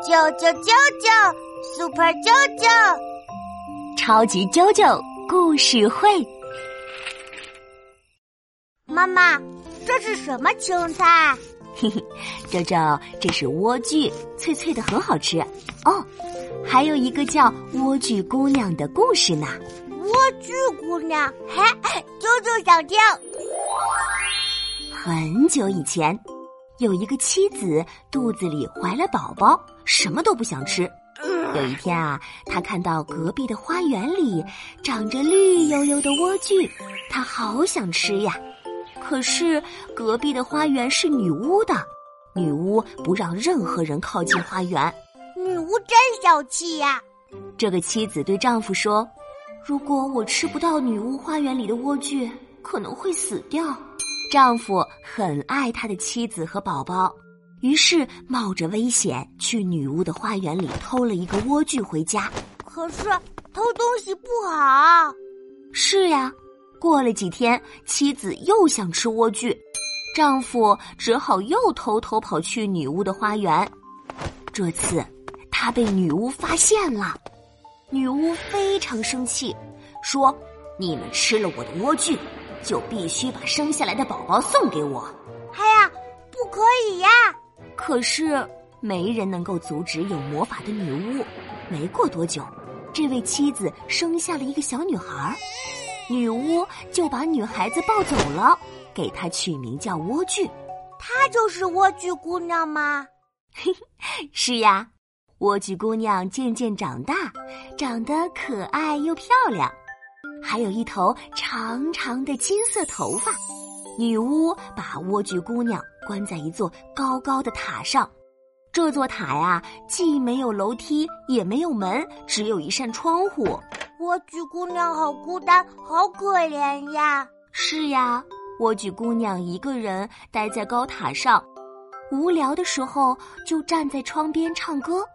啾啾啾啾 ，Super 啾啾， 超级啾啾故事会。 妈妈，这是什么青菜？ 嘿嘿，啾啾，这是莴苣，脆脆的，很好吃。哦，还有一个叫莴苣姑娘的故事呢。 莴苣姑娘，嘿，啾啾想听。 很久以前，有一个妻子肚子里怀了宝宝，什么都不想吃。有一天啊，她看到隔壁的花园里长着绿油油的莴苣，她好想吃呀。可是隔壁的花园是女巫的，女巫不让任何人靠近花园。 女巫真小气呀！ 这个妻子对丈夫说，如果我吃不到女巫花园里的莴苣，可能会死掉。丈夫很爱他的妻子和宝宝，于是冒着危险去女巫的花园里偷了一个莴苣回家。 可是偷东西不好。 是呀，过了几天，妻子又想吃莴苣，丈夫只好又偷偷跑去女巫的花园。这次他被女巫发现了，女巫非常生气，说：你们吃了我的莴苣，就必须把生下来的宝宝送给我。 哎呀，不可以呀！ 可是没人能够阻止有魔法的女巫。没过多久，这位妻子生下了一个小女孩，女巫就把女孩子抱走了，给她取名叫莴苣。 她就是莴苣姑娘吗？ 是呀，莴苣姑娘渐渐长大，长得可爱又漂亮，还有一头长长的金色头发。女巫把莴苣姑娘关在一座高高的塔上，这座塔呀，既没有楼梯，也没有门，只有一扇窗户。 莴苣姑娘好孤单，好可怜呀！ 是呀，莴苣姑娘一个人待在高塔上，无聊的时候就站在窗边唱歌。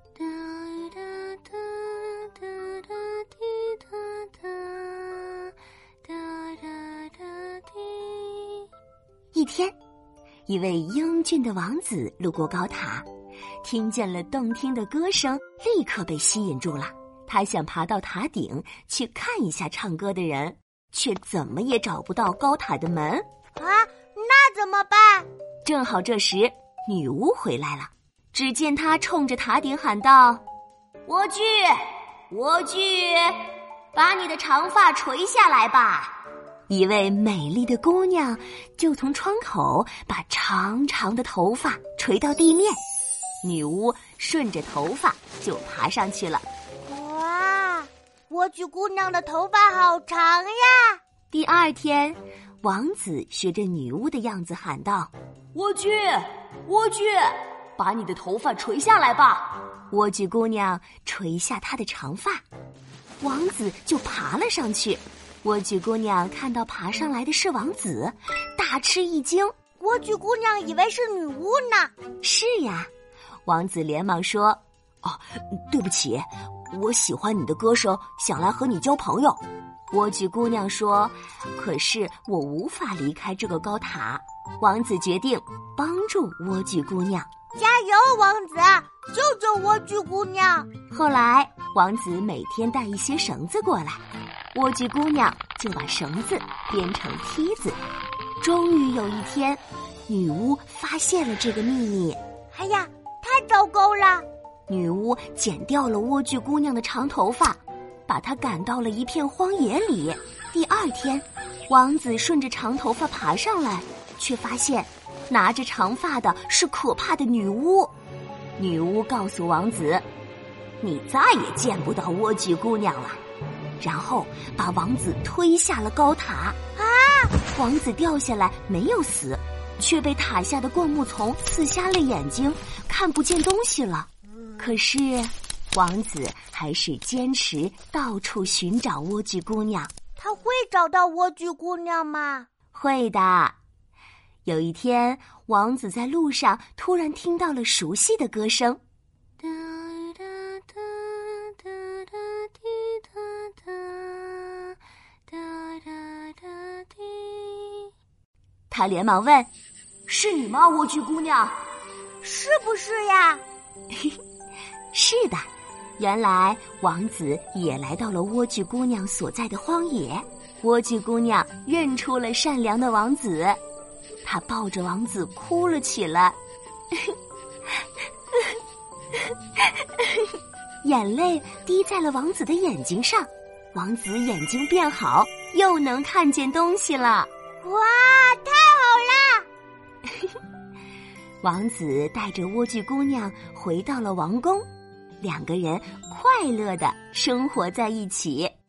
一天，一位英俊的王子路过高塔，听见了动听的歌声，立刻被吸引住了。他想爬到塔顶去看一下唱歌的人，却怎么也找不到高塔的门。 啊，那怎么办？ 正好这时，女巫回来了。只见她冲着塔顶喊道：莴苣，莴苣，把你的长发垂下来吧。一位美丽的姑娘就从窗口把长长的头发垂到地面，女巫顺着头发就爬上去了。 哇，莴苣姑娘的头发好长呀！ 第二天，王子学着女巫的样子喊道：莴苣，莴苣，把你的头发垂下来吧。莴苣姑娘垂下她的长发，王子就爬了上去。莴苣姑娘看到爬上来的是王子，大吃一惊。 莴苣姑娘以为是女巫呢。 是呀，王子连忙说：对不起，我喜欢你的歌声，想来和你交朋友。莴苣姑娘说：可是我无法离开这个高塔。王子决定帮助莴苣姑娘。 加油，王子，救救莴苣姑娘！ 后来，王子每天带一些绳子过来，莴苣姑娘就把绳子编成梯子。终于有一天，女巫发现了这个秘密。 哎呀，太糟糕了！ 女巫剪掉了莴苣姑娘的长头发，把她赶到了一片荒野里。第二天，王子顺着长头发爬上来，却发现拿着长发的是可怕的女巫。女巫告诉王子：你再也见不到莴苣姑娘了。然后把王子推下了高塔。 啊！ 王子掉下来没有死，却被塔下的灌木丛刺瞎了眼睛，看不见东西了。可是王子还是坚持到处寻找莴苣姑娘。 他会找到莴苣姑娘吗？ 会的。有一天，王子在路上突然听到了熟悉的歌声。他连忙问：是你吗，莴苣姑娘？ 是不是呀？ 是的，原来王子也来到了莴苣姑娘所在的荒野。莴苣姑娘认出了善良的王子，她抱着王子哭了起来，眼泪滴在了王子的眼睛上。王子眼睛变好，又能看见东西了。 哇，太好啦！ 王子带着莴苣姑娘回到了王宫，两个人快乐地生活在一起。